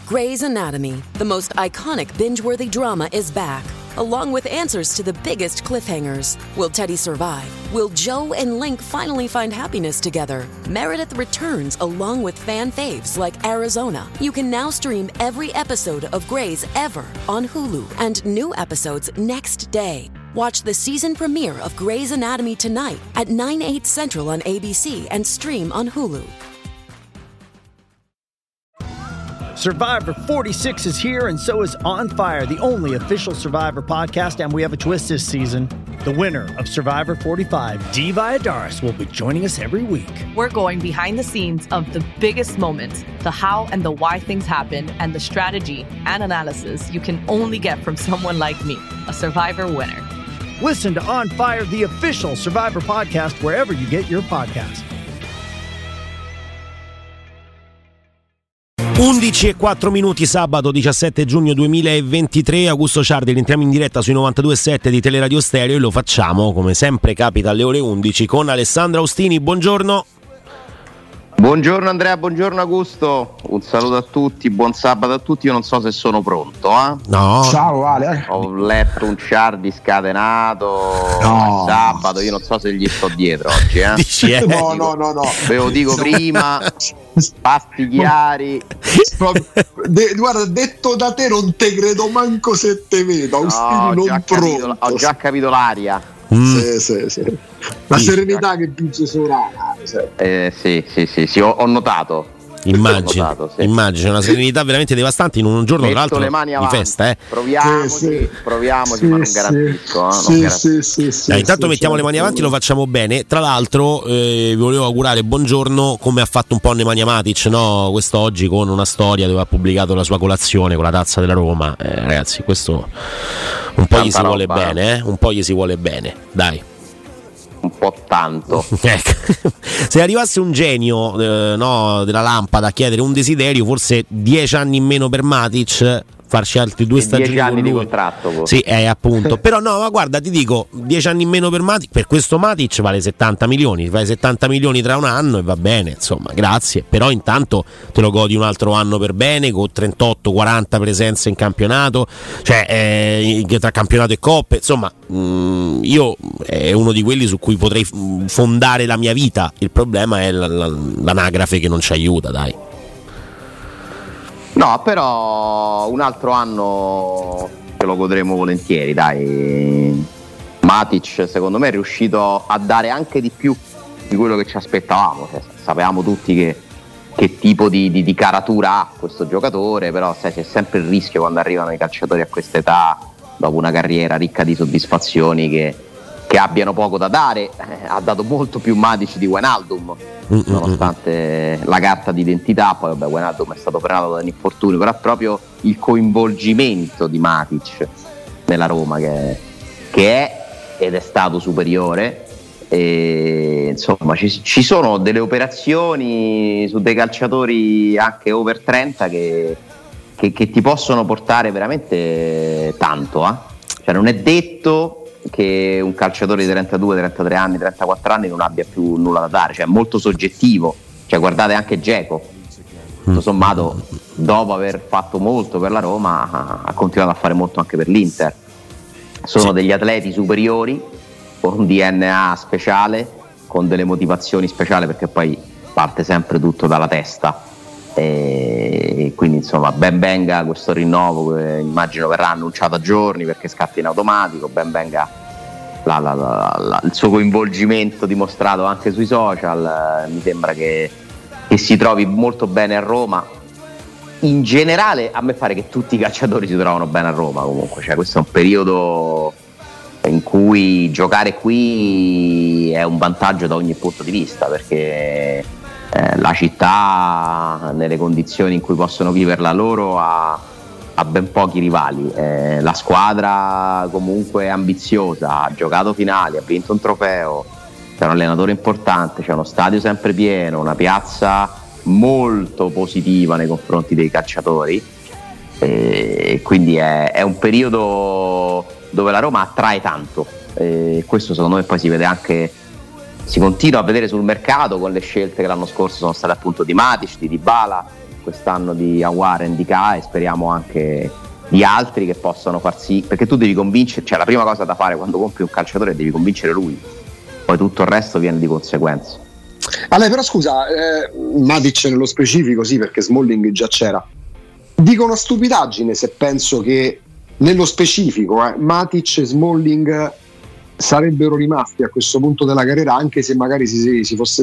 Grey's Anatomy, the most iconic binge-worthy drama, is back, along with answers to the biggest cliffhangers. Will Teddy survive? Will Joe and Link finally find happiness together? Meredith returns along with fan faves like Arizona. You can now stream every episode of Grey's ever on Hulu, and new episodes next day. Watch the season premiere of Grey's Anatomy tonight at 9/8 Central on ABC and stream on Hulu. Survivor 46 is here, and so is On Fire, the only official Survivor podcast, and we have a twist this season. The winner of Survivor 45, Dee Valladares, will be joining us every week. We're going behind the scenes of the biggest moments, the how and the why things happen, and the strategy and analysis you can only get from someone like me, a Survivor winner. Listen to On Fire, the official Survivor podcast, wherever you get your podcast. 11:04, sabato 17 giugno 2023. Augusto Ciardi, entriamo in diretta sui 92.7 di Teleradio Stereo e lo facciamo, come sempre capita, alle ore 11 con Alessandro Austini. Buongiorno. Buongiorno Andrea, buongiorno Augusto, un saluto a tutti, buon sabato a tutti. Io non so se sono pronto, No. Ciao Ale. Ho letto un Ciardi scatenato, No. sabato, io non so se gli sto dietro oggi, Dici, No. Ve lo dico prima, pasti chiari. Guarda, detto da te non te credo manco se te vedo, Austini, non pronto. Ho già capito l'aria. Sì. La serenità che vince sovrana. Sì, ho notato. Immagino, una serenità veramente devastante in un giorno Metto tra l'altro le mani di avanti. festa. Proviamoci, ma non garantisco. Intanto mettiamo le mani avanti, lo facciamo bene. Tra l'altro vi volevo augurare buongiorno, come ha fatto un po' Nemanja Matic, no? Quest'oggi con una storia dove ha pubblicato la sua colazione con la tazza della Roma. Ragazzi, questo un po' gli si vuole bene, un po' gli si vuole bene, dai. Un po' tanto. Se arrivasse un genio della lampada a chiedere un desiderio, forse 10 anni in meno per Matic, farci altri 2 stagioni 10 anni con lui. di contratto. Sì, appunto. Però no, ma guarda, ti dico, 10 anni in meno per Matic, per questo Matic vale 70 milioni, fai 70 milioni tra un anno e va bene, insomma, grazie. Però intanto te lo godi un altro anno per bene, con 38-40 presenze in campionato, cioè tra campionato e coppe, insomma, io è uno di quelli su cui potrei fondare la mia vita. Il problema è l'anagrafe che non ci aiuta, dai. No, però un altro anno ce lo godremo volentieri, dai. Matic secondo me è riuscito a dare anche di più di quello che ci aspettavamo. Sapevamo tutti che tipo di caratura ha questo giocatore, però sai, c'è sempre il rischio quando arrivano i calciatori a questa età, dopo una carriera ricca di soddisfazioni, che abbiano poco da dare. Ha dato molto più Matic di Wijnaldum, nonostante la carta d'identità. Poi vabbè, Wijnaldum è stato frenato da un infortunio, però proprio il coinvolgimento di Matic nella Roma che è ed è stato superiore. E insomma ci sono delle operazioni su dei calciatori anche over 30 che ti possono portare veramente tanto, Cioè non è detto che un calciatore di 32, 33 anni, 34 anni non abbia più nulla da dare, cioè è molto soggettivo. Cioè guardate anche Dzeko, tutto sommato, dopo aver fatto molto per la Roma, ha continuato a fare molto anche per l'Inter. Sono degli atleti superiori, con un DNA speciale, con delle motivazioni speciali, perché poi parte sempre tutto dalla testa. E quindi insomma ben venga questo rinnovo, che immagino verrà annunciato a giorni perché scatta in automatico. Ben venga il suo coinvolgimento dimostrato anche sui social. Mi sembra che si trovi molto bene a Roma. In generale a me pare che tutti i calciatori si trovano bene a Roma comunque, cioè questo è un periodo in cui giocare qui è un vantaggio da ogni punto di vista, perché la città, nelle condizioni in cui possono viverla loro, ha ben pochi rivali. La squadra comunque è ambiziosa, ha giocato finali, ha vinto un trofeo, c'è un allenatore importante, c'è uno stadio sempre pieno, una piazza molto positiva nei confronti dei calciatori, e quindi è un periodo dove la Roma attrae tanto, e questo secondo me poi si vede anche, si continua a vedere sul mercato con le scelte che l'anno scorso sono state appunto di Matic, di Dybala, quest'anno di Aouar e Ndicà, e speriamo anche di altri che possano far sì, perché tu devi convincere, cioè la prima cosa da fare quando compri un calciatore è devi convincere lui, poi tutto il resto viene di conseguenza. Allora, però scusa, Matic nello specifico sì, perché Smalling già c'era. Dico una stupidaggine se penso che nello specifico Matic e Smalling sarebbero rimasti a questo punto della carriera, anche se magari ci fosse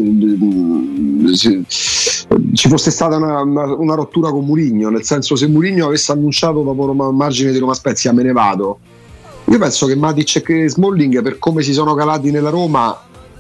stata una rottura con Mourinho, nel senso, se Mourinho avesse annunciato dopo margine di Roma Spezia me ne vado, io penso che Matic e Smalling, per come si sono calati nella Roma,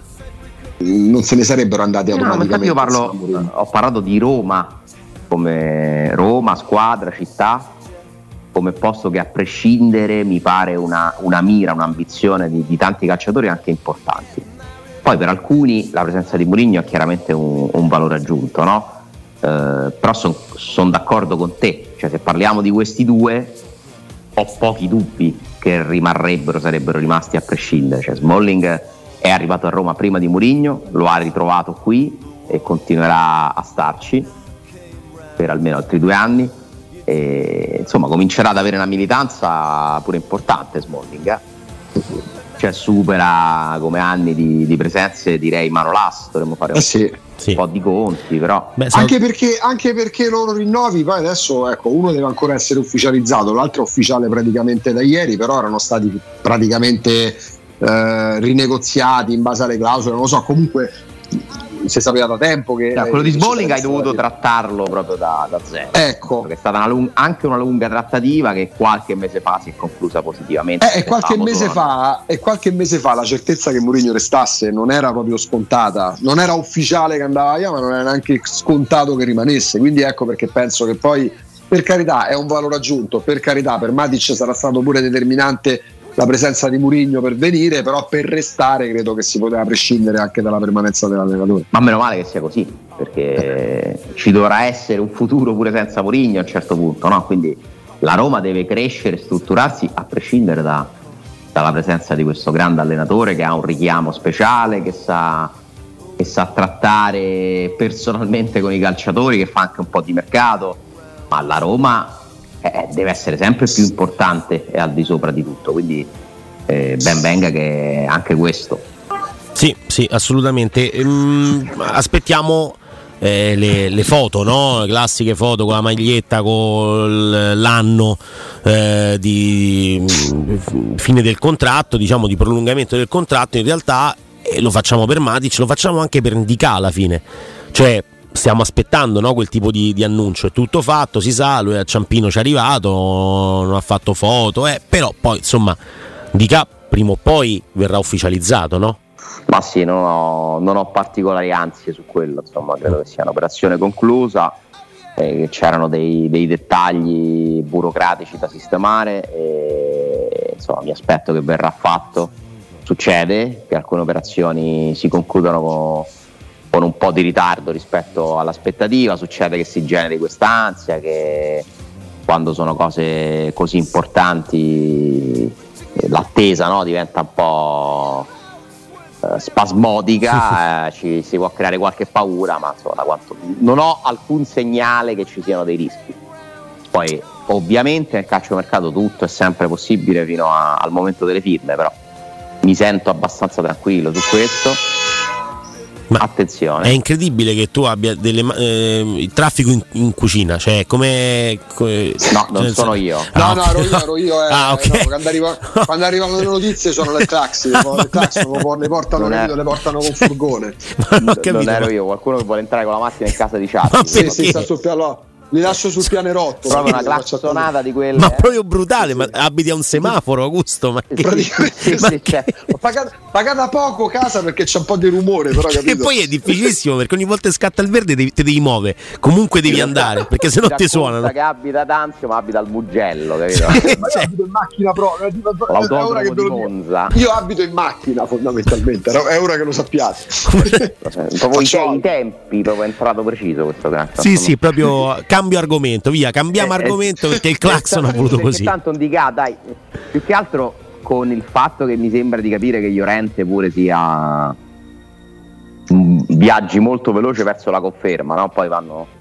non se ne sarebbero andati automaticamente. Io ho parlato di Roma come Roma, squadra, città, come posto che a prescindere mi pare una mira, un'ambizione di tanti calciatori anche importanti. Poi per alcuni la presenza di Mourinho è chiaramente un valore aggiunto, no? Però sono d'accordo con te, cioè se parliamo di questi due ho pochi dubbi che sarebbero rimasti a prescindere. Cioè Smalling è arrivato a Roma prima di Mourinho, lo ha ritrovato qui e continuerà a starci per almeno altri 2 anni. E, insomma, comincerà ad avere una militanza pure importante Smalling, cioè supera come anni di presenze, direi Manolas, dovremmo fare un po' di conti, però anche perché loro rinnovi poi adesso, ecco, uno deve ancora essere ufficializzato, l'altro è ufficiale praticamente da ieri, però erano stati praticamente rinegoziati in base alle clausole, non lo so, comunque si sapeva da tempo che quello di Smalling hai dovuto trattarlo proprio da zero, ecco, perché è stata anche una lunga trattativa che qualche mese fa si è conclusa positivamente, e qualche mese fa la certezza che Mourinho restasse non era proprio scontata, non era ufficiale che andava via, ma non era neanche scontato che rimanesse, quindi ecco perché penso che poi, per carità, è un valore aggiunto, per carità, per Matic sarà stato pure determinante la presenza di Mourinho per venire, però per restare credo che si poteva prescindere anche dalla permanenza dell'allenatore. Ma meno male che sia così, perché ci dovrà essere un futuro pure senza Mourinho a un certo punto, no? Quindi la Roma deve crescere, strutturarsi a prescindere dalla presenza di questo grande allenatore che ha un richiamo speciale, che sa trattare personalmente con i calciatori, che fa anche un po' di mercato, ma la Roma deve essere sempre più importante e al di sopra di tutto, quindi ben venga che anche questo. Sì, assolutamente. Aspettiamo le foto, no? Le classiche foto con la maglietta, con l'anno di fine del contratto, diciamo di prolungamento del contratto. In realtà lo facciamo per Matic, lo facciamo anche per Ndicà alla fine, cioè stiamo aspettando, no, quel tipo di annuncio. È tutto fatto, si sa, lui a Ciampino ci è arrivato, non ha fatto foto, però poi insomma Ndicà prima o poi verrà ufficializzato, no? Ma sì, non ho particolari ansie su quello, insomma credo che sia un'operazione conclusa, che c'erano dei dettagli burocratici da sistemare e insomma mi aspetto che verrà fatto. Succede che alcune operazioni si concludono con un po' di ritardo rispetto all'aspettativa, succede che si generi quest'ansia, che quando sono cose così importanti l'attesa, no, diventa un po' spasmodica, si può creare qualche paura, ma insomma non ho alcun segnale che ci siano dei rischi. Poi ovviamente nel calciomercato tutto è sempre possibile fino al momento delle firme, però mi sento abbastanza tranquillo su questo. Ma attenzione, è incredibile che tu abbia il traffico in cucina, cioè come no, non sono io. No, ero io. Okay. No, quando arrivano le notizie sono le taxi, le portano con furgone. Non ero io, qualcuno che vuole entrare con la macchina in casa di Ciatti. Sì, sta sul piano. Li lascio sul pianerotto. Proprio una classonata di quelle. Ma proprio brutale, sì. Ma abiti a un semaforo, Augusto? Ma ho pagata poco casa perché c'è un po' di rumore, però capito? E poi è difficilissimo perché ogni volta che scatta il verde te devi muovere. Comunque devi andare perché sennò ti suonano. Che abita ad Anzio, ma abita al Mugello, capito? Ma io abito in macchina proprio. L'autodromo di Monza. Io abito in macchina fondamentalmente, è ora che lo sappiate. Proprio i tempi, proprio è entrato preciso questo grazie. Sì, proprio cambio argomento, cambiamo argomento perché il clacson ha voluto così. Tanto Ndicà, dai, più che altro con il fatto che mi sembra di capire che Llorente pure sia viaggi molto veloce verso la conferma, no? Poi vanno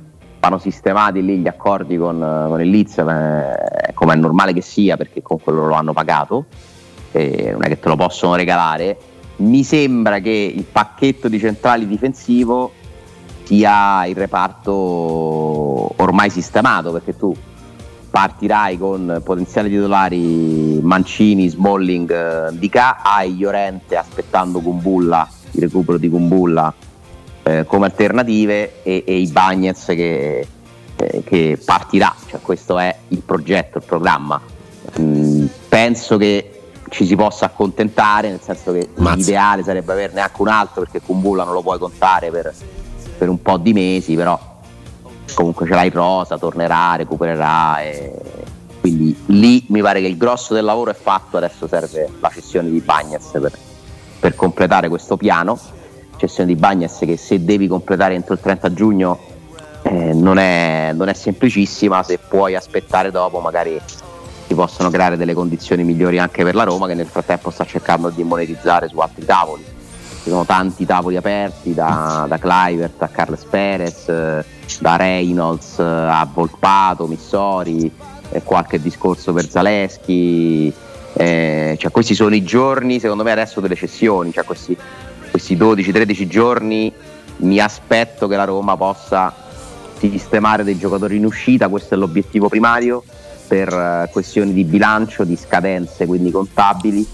vanno sistemati lì gli accordi con il Leeds, come è normale che sia, perché comunque loro lo hanno pagato, e non è che te lo possono regalare. Mi sembra che il pacchetto di centrali difensivo sia il reparto ormai sistemato, perché tu partirai con potenziali titolari Mancini, Smalling, Ndicà, hai Llorente aspettando Kumbulla, il recupero di Kumbulla come alternative, e Ibañez che partirà, cioè questo è il progetto, il programma. Penso che ci si possa accontentare, nel senso che l'ideale sarebbe averne anche un altro, perché Kumbulla non lo puoi contare per un po' di mesi, però comunque ce l'hai rosa, tornerà, recupererà, e quindi lì mi pare che il grosso del lavoro è fatto. Adesso serve la cessione di Ibañez per completare questo piano, cessione di Ibañez che, se devi completare entro il 30 giugno non è semplicissima. Se puoi aspettare dopo, magari si possono creare delle condizioni migliori anche per la Roma, che nel frattempo sta cercando di monetizzare su altri tavoli. Ci sono tanti tavoli aperti, da Kluivert a Carles Perez, da Reynolds a Volpato, Missori, qualche discorso per Zalewski, cioè questi sono i giorni secondo me adesso delle cessioni, cioè questi 12-13 giorni mi aspetto che la Roma possa sistemare dei giocatori in uscita. Questo è l'obiettivo primario, per questioni di bilancio, di scadenze quindi contabili,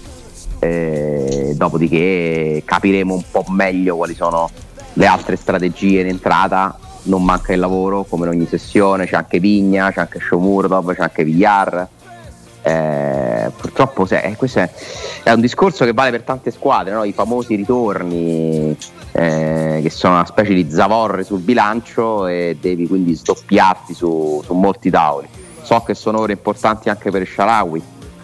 dopodiché capiremo un po' meglio quali sono le altre strategie in entrata. Non manca il lavoro come in ogni sessione, c'è anche Vigna, c'è anche Shomurodov, c'è anche Villar. Purtroppo questo è un discorso che vale per tante squadre, no? I famosi ritorni che sono una specie di zavorre sul bilancio, e devi quindi sdoppiarti su molti tavoli. So che sono ore importanti anche per Shaarawy,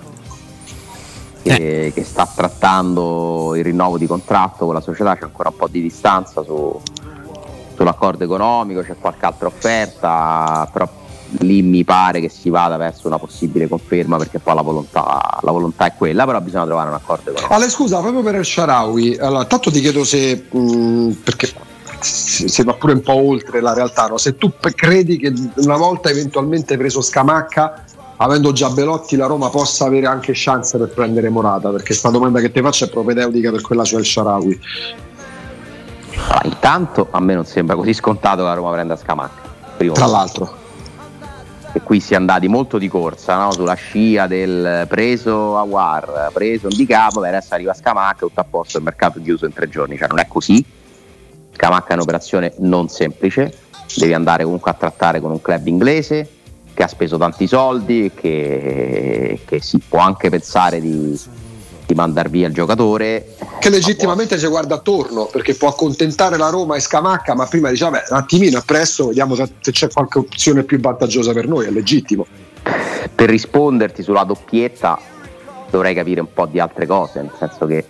che sta trattando il rinnovo di contratto con la società. C'è ancora un po' di distanza sull'accordo economico, c'è qualche altra offerta, però lì mi pare che si vada verso una possibile conferma, perché poi la volontà è quella, però bisogna trovare un accordo economico. Ale, scusa, proprio per il Shaarawy, allora, tanto ti chiedo se perché se va pure un po' oltre la realtà, no? Se tu credi che una volta eventualmente preso Scamacca, avendo già Belotti, la Roma possa avere anche chance per prendere Morata, perché sta domanda che ti faccio è propedeutica per quella cioè il Shaarawy. Allora, intanto a me non sembra così scontato che la Roma prenda Scamacca, tra l'altro, e qui si è andati molto di corsa, no? Sulla scia del preso Aouar, preso Ndicà, adesso arriva Scamacca, tutto a posto, il mercato chiuso in 3 giorni, cioè non è così. Scamacca è un'operazione non semplice, devi andare comunque a trattare con un club inglese che ha speso tanti soldi, che si può anche pensare di mandar via il giocatore, che legittimamente si guarda attorno, perché può accontentare la Roma e Scamacca, ma prima dice vabbè, un attimino, è presto, vediamo se c'è qualche opzione più vantaggiosa per noi. È legittimo. Per risponderti sulla doppietta dovrei capire un po' di altre cose, nel senso che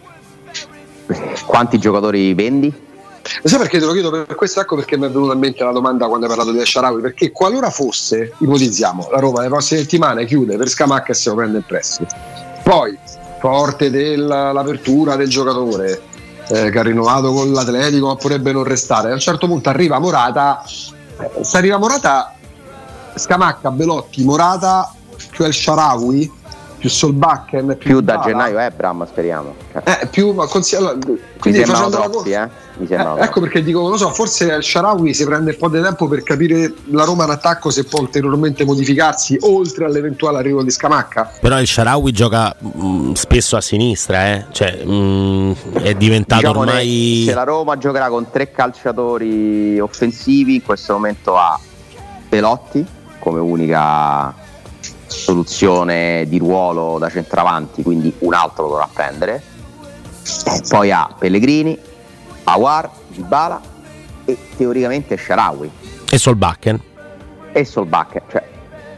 quanti giocatori vendi? Sai perché te lo chiedo? Per questo, ecco perché mi è venuta in mente la domanda quando hai parlato di Shaarawy, perché qualora fosse, ipotizziamo, la Roma le prossime settimane chiude per Scamacca e se lo prende in prestito, poi forte dell'apertura del giocatore che ha rinnovato con l'Atletico, ma potrebbe non restare, a un certo punto arriva Morata, se arriva Morata, Scamacca, Belotti, Morata più El Shaarawy più Solbakken più da gennaio Ebram, speriamo, più, ma quindi facendo troppi, ecco perché dico, non lo so, forse il Shaarawy si prende un po' di tempo per capire la Roma in attacco se può ulteriormente modificarsi oltre all'eventuale arrivo di Scamacca. Però il Shaarawy gioca spesso a sinistra, cioè è diventato, diciamo, ormai, se la Roma giocherà con 3 calciatori offensivi, in questo momento ha Belotti come unica soluzione di ruolo da centravanti, quindi un altro lo dovrà prendere, poi ha Pellegrini, Aouar, Dybala e teoricamente Shaarawy e Solbakken, cioè,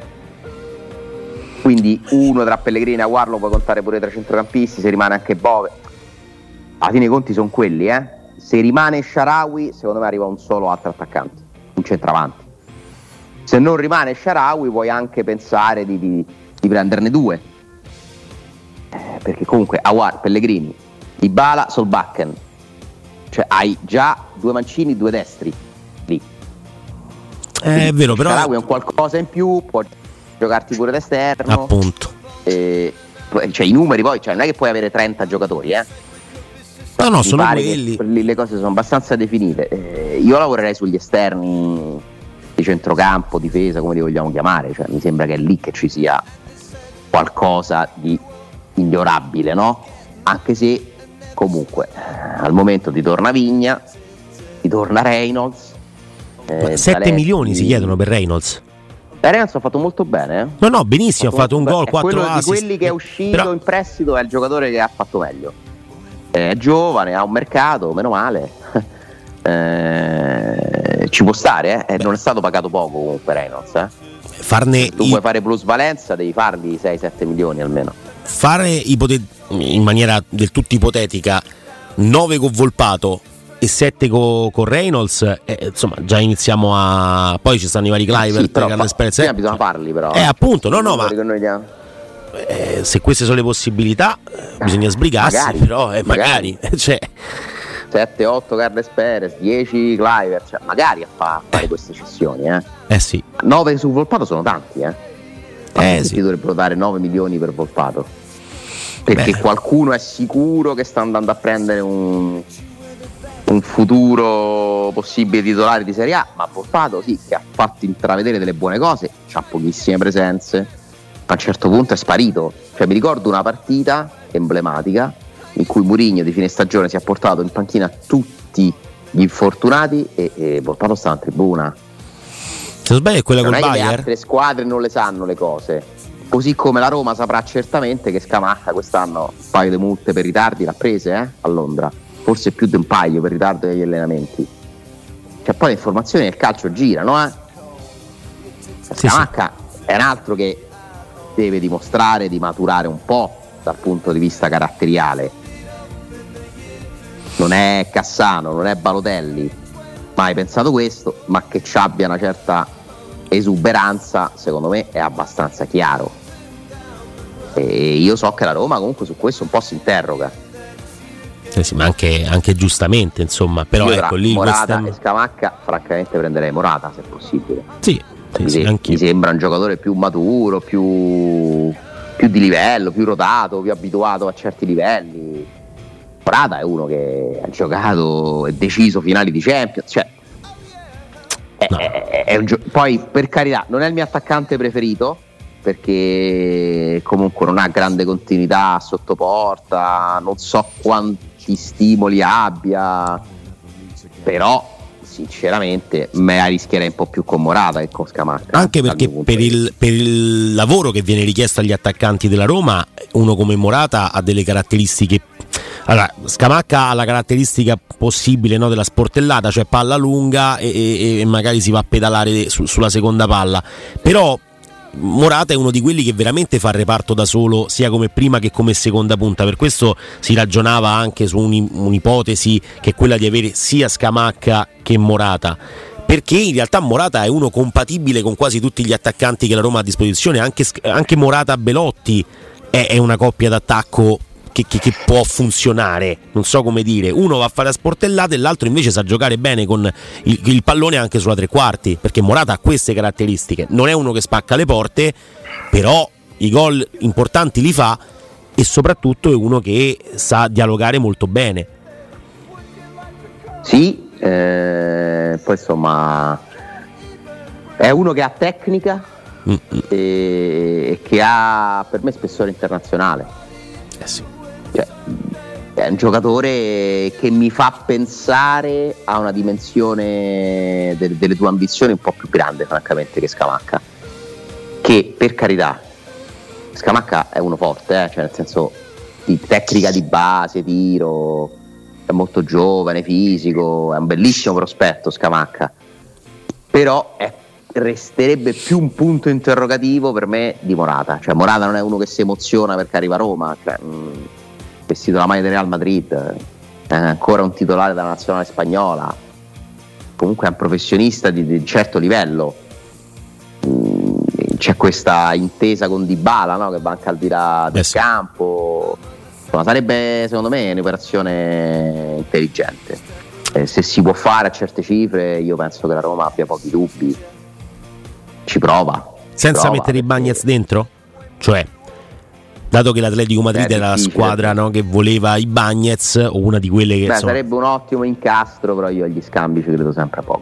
quindi uno tra Pellegrini e Aouar lo puoi contare pure tra centrocampisti, se rimane anche Bove. Alla fine i conti sono quelli, se rimane Shaarawy secondo me arriva un solo altro attaccante, un centravanti. Se non rimane Shaarawy puoi anche pensare di prenderne 2, perché comunque Aouar, Pellegrini, Dybala, Solbakken, cioè hai già 2 mancini, 2 destri lì. È vero, però Shaarawy è un qualcosa in più, può giocarti pure d'esterno, appunto. Cioè i numeri poi, cioè non è che puoi avere 30 giocatori, No, mi sono pare quelli. che le cose sono abbastanza definite. Io lavorerei sugli esterni di centrocampo, difesa, come li vogliamo chiamare, cioè mi sembra che è lì che ci sia qualcosa di migliorabile, no? Anche se comunque al momento ti torna Vigna, ti torna Reynolds, 7 milioni si chiedono per Reynolds. Reynolds ha fatto molto bene, No, benissimo, ha fatto un gol, 4 quello assist. di quelli che è uscito Però in prestito è il giocatore che ha fatto meglio. È giovane, ha un mercato, meno male. Ci può stare, non è stato pagato poco comunque Reynolds. farne Tu vuoi fare plusvalenza, devi farli 6-7 milioni almeno. Fare in maniera del tutto ipotetica 9 con Volpato e 7 con Reynolds, insomma già iniziamo a, poi ci stanno i vari Kluivert, Carles Perez, prima bisogna farli però. Appunto, no, ma se queste sono le possibilità bisogna sbrigarsi, magari, però magari. Cioè 7-8 Carles Perez, 10 Kluivert, cioè magari a fare queste cessioni, sì. 9 su Volpato sono tanti, sì. Ti dovrebbero dare 9 milioni per Volpato, perché qualcuno è sicuro che sta andando a prendere un futuro possibile titolare di Serie A, ma Volpato sì, che ha fatto intravedere delle buone cose, ha pochissime presenze, a un certo punto è sparito. Cioè mi ricordo una partita emblematica in cui Mourinho di fine stagione si è portato in panchina tutti gli infortunati e Volpato stava in tribuna. Se non sbaglio è quella non col è che Bayern. le altre squadre non le sanno le cose, così come la Roma saprà certamente che Scamacca quest'anno un paio di multe per ritardi l'ha prese a Londra, forse più di un paio per ritardo degli allenamenti. Cioè poi le informazioni del calcio girano, Scamacca è un altro che deve dimostrare di maturare un po' dal punto di vista caratteriale. Non è Cassano, non è Balotelli, mai pensato questo, ma che ci abbia una certa esuberanza secondo me è abbastanza chiaro, e io so che la Roma comunque su questo un po' si interroga. Sì, ma anche giustamente, insomma, però io ecco lì Morata e Scamacca francamente prenderei Morata se possibile. Mi sembra un giocatore più maturo, più di livello, più rotato, più abituato a certi livelli. Morata è uno che ha giocato e deciso finali di Champions, cioè poi per carità non è il mio attaccante preferito, perché comunque non ha grande continuità sotto porta, non so quanti stimoli abbia, però sinceramente me la rischierei un po' più con Morata che con Scamacca, anche perché per il lavoro che viene richiesto agli attaccanti della Roma, uno come Morata ha delle caratteristiche. Allora, Scamacca ha la caratteristica possibile, no, della sportellata, cioè palla lunga e magari si va a pedalare sulla seconda palla, però Morata è uno di quelli che veramente fa il reparto da solo, sia come prima che come seconda punta. Per questo si ragionava anche su un'ipotesi che è quella di avere sia Scamacca che Morata, perché in realtà Morata è uno compatibile con quasi tutti gli attaccanti che la Roma ha a disposizione. Anche Morata-Belotti è una coppia d'attacco che può funzionare, non so come dire. Uno va a fare a sportellate e l'altro invece sa giocare bene con il pallone anche sulla tre quarti, perché Morata ha queste caratteristiche. Non è uno che spacca le porte, però i gol importanti li fa, e soprattutto è uno che sa dialogare molto bene. Sì, poi insomma è uno che ha tecnica e che ha per me spessore internazionale. Sì. Cioè, è un giocatore che mi fa pensare a una dimensione delle tue ambizioni un po' più grande francamente che Scamacca, che per carità Scamacca è uno forte, cioè nel senso di tecnica di base, tiro, è molto giovane, fisico, è un bellissimo prospetto Scamacca, però resterebbe più un punto interrogativo per me di Morata. Cioè Morata non è uno che si emoziona perché arriva a Roma, cioè, vestito la maglia del Real Madrid, è ancora un titolare della nazionale spagnola, comunque è un professionista di certo livello. C'è questa intesa con Dybala, no? Che va anche al di là del campo. Insomma, sarebbe secondo me un'operazione intelligente, se si può fare a certe cifre. Io penso che la Roma abbia pochi dubbi ci prova. Senza mettere i Bagnez dentro? Cioè, dato che l'Atletico Madrid era la squadra, no, che voleva i Bagnez, o una di quelle che sarebbe un ottimo incastro, però io agli scambi ci credo sempre poco.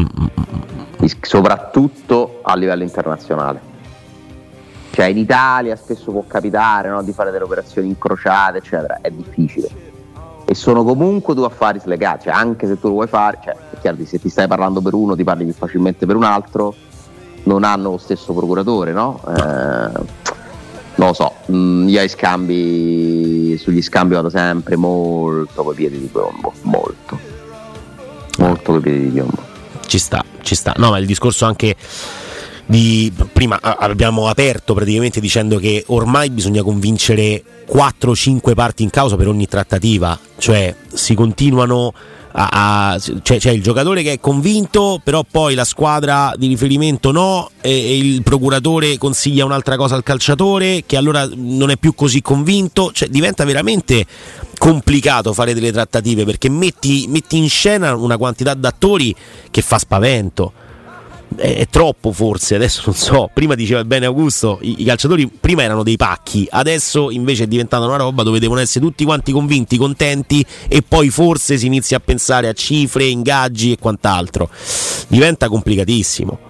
Soprattutto a livello internazionale. Cioè in Italia spesso può capitare, no, di fare delle operazioni incrociate, eccetera, è difficile. E sono comunque due affari slegati, cioè anche se tu lo vuoi fare, cioè è chiaro che se ti stai parlando per uno ti parli più facilmente per un altro, non hanno lo stesso procuratore, no? Non lo so, io sugli scambi vado sempre molto coi piedi di piombo, molto coi piedi di piombo. Ci sta. No, ma il discorso anche prima abbiamo aperto praticamente dicendo che ormai bisogna convincere 4-5 parti in causa per ogni trattativa, cioè si continuano c'è il giocatore che è convinto, però poi la squadra di riferimento no, e il procuratore consiglia un'altra cosa al calciatore che allora non è più così convinto, cioè diventa veramente complicato fare delle trattative perché metti in scena una quantità d'attori che fa spavento. È troppo forse, adesso non so, prima diceva bene Augusto, i calciatori prima erano dei pacchi, adesso invece è diventata una roba dove devono essere tutti quanti convinti, contenti e poi forse si inizia a pensare a cifre, ingaggi e quant'altro, diventa complicatissimo.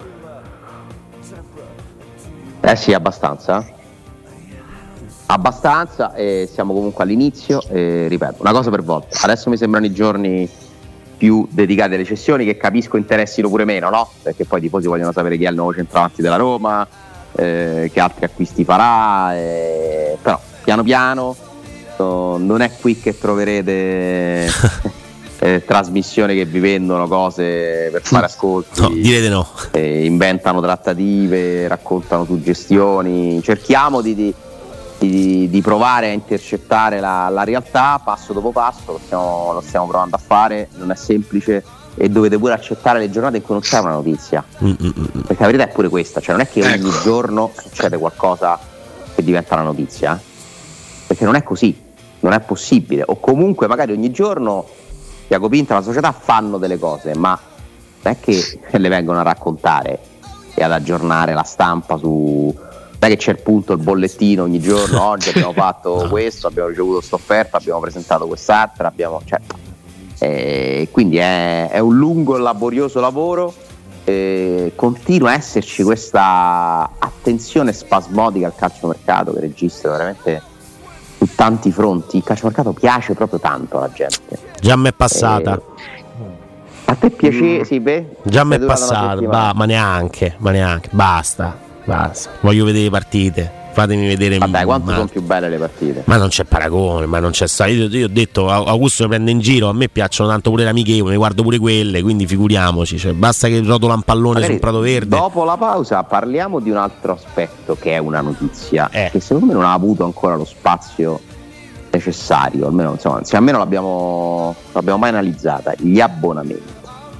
Sì, abbastanza e siamo comunque all'inizio e ripeto, una cosa per volta, adesso mi sembrano i giorni più dedicati alle cessioni che capisco interessino pure meno, no? Perché poi i tifosi vogliono sapere chi è il nuovo centravanti della Roma, che altri acquisti farà, però piano piano non è qui che troverete trasmissioni che vi vendono cose per fare ascolti, no, direte no, inventano trattative, raccontano suggestioni, cerchiamo di provare a intercettare la realtà passo dopo passo, lo stiamo provando a fare, non è semplice e dovete pure accettare le giornate in cui non c'è una notizia, perché la verità è pure questa, cioè non è che ogni giorno succede qualcosa che diventa una notizia, perché non è così, non è possibile, o comunque magari ogni giorno Tiago Pinto e la società fanno delle cose, ma non è che le vengono a raccontare e ad aggiornare la stampa su... Non è che c'è il punto, il bollettino ogni giorno, oggi abbiamo fatto questo, abbiamo ricevuto questa offerta, abbiamo presentato quest'altra, quindi è un lungo e laborioso lavoro, continua a esserci questa attenzione spasmodica al calciomercato che registra veramente su tanti fronti. Il calciomercato piace proprio tanto alla gente. Già mi è passata. A te piace? Sì, beh? Già mi è passata, ma neanche, basta. Voglio vedere le partite, fatemi vedere. Vabbè, quanto sono più belle le partite, ma non c'è paragone, ma non c'è io ho detto Augusto mi prende in giro, a me piacciono tanto pure le amichevoli, guardo pure quelle, quindi figuriamoci, cioè, basta che rotola un pallone magari sul prato verde. Dopo la pausa parliamo di un altro aspetto che è una notizia che secondo me non ha avuto ancora lo spazio necessario, almeno insomma, se almeno l'abbiamo mai analizzata, gli abbonamenti.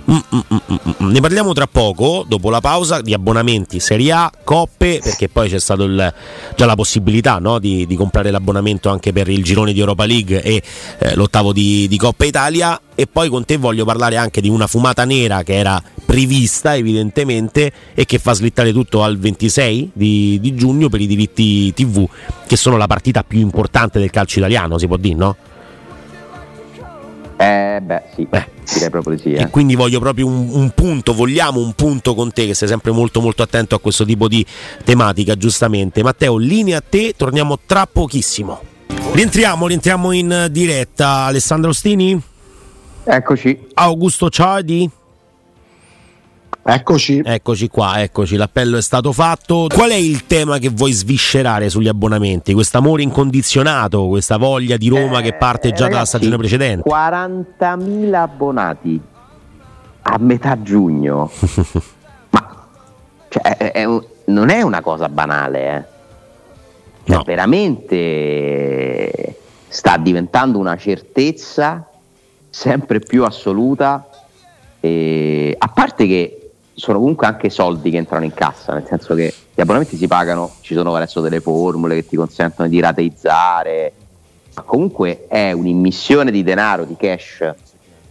Ne parliamo tra poco, dopo la pausa, di abbonamenti Serie A, coppe, perché poi c'è stato già la possibilità, no, di comprare l'abbonamento anche per il girone di Europa League e l'ottavo di Coppa Italia, e poi con te voglio parlare anche di una fumata nera che era prevista evidentemente e che fa slittare tutto al 26 di giugno per i diritti TV, che sono la partita più importante del calcio italiano, si può dire, no? Sì, direi proprio di sì. E quindi voglio proprio vogliamo un punto con te, che sei sempre molto molto attento a questo tipo di tematica, giustamente. Matteo, linea a te, torniamo tra pochissimo. Rientriamo in diretta. Alessandro Ostini? Eccoci. Augusto Ciardi? Eccoci qua, l'appello è stato fatto. Qual è il tema che vuoi sviscerare sugli abbonamenti? Quest'amore incondizionato, questa voglia di Roma che parte già dalla stagione precedente? 40.000 abbonati a metà giugno. Ma non è una cosa banale, No. Veramente sta diventando una certezza sempre più assoluta, a parte che sono comunque anche soldi che entrano in cassa, nel senso che gli abbonamenti si pagano, ci sono adesso delle formule che ti consentono di rateizzare, ma comunque è un'immissione di denaro, di cash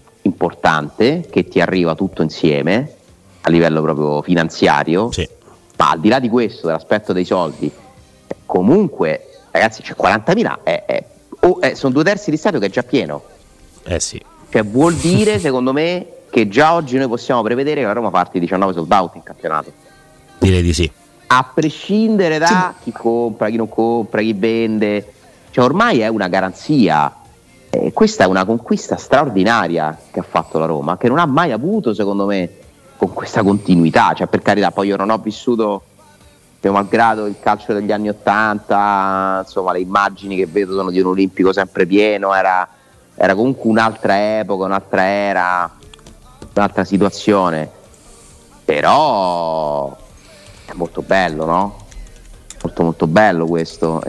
importante che ti arriva tutto insieme a livello proprio finanziario. Sì. Ma al di là di questo, dell'aspetto dei soldi, comunque ragazzi, c'è 40.000 sono 2/3 di stadio che è già pieno. Sì. Cioè vuol dire, secondo me, che già oggi noi possiamo prevedere che la Roma parte 19 sold out in campionato. Direi di sì. A prescindere da chi compra, chi non compra, chi vende, cioè ormai è una garanzia. Questa è una conquista straordinaria che ha fatto la Roma, che non ha mai avuto, secondo me, con questa continuità. Cioè, per carità, poi io non ho vissuto, malgrado il calcio degli anni '80, insomma, le immagini che vedo sono di un Olimpico sempre pieno, era comunque un'altra epoca, un'altra era, un'altra situazione. Però è molto bello, no? Molto molto bello questo.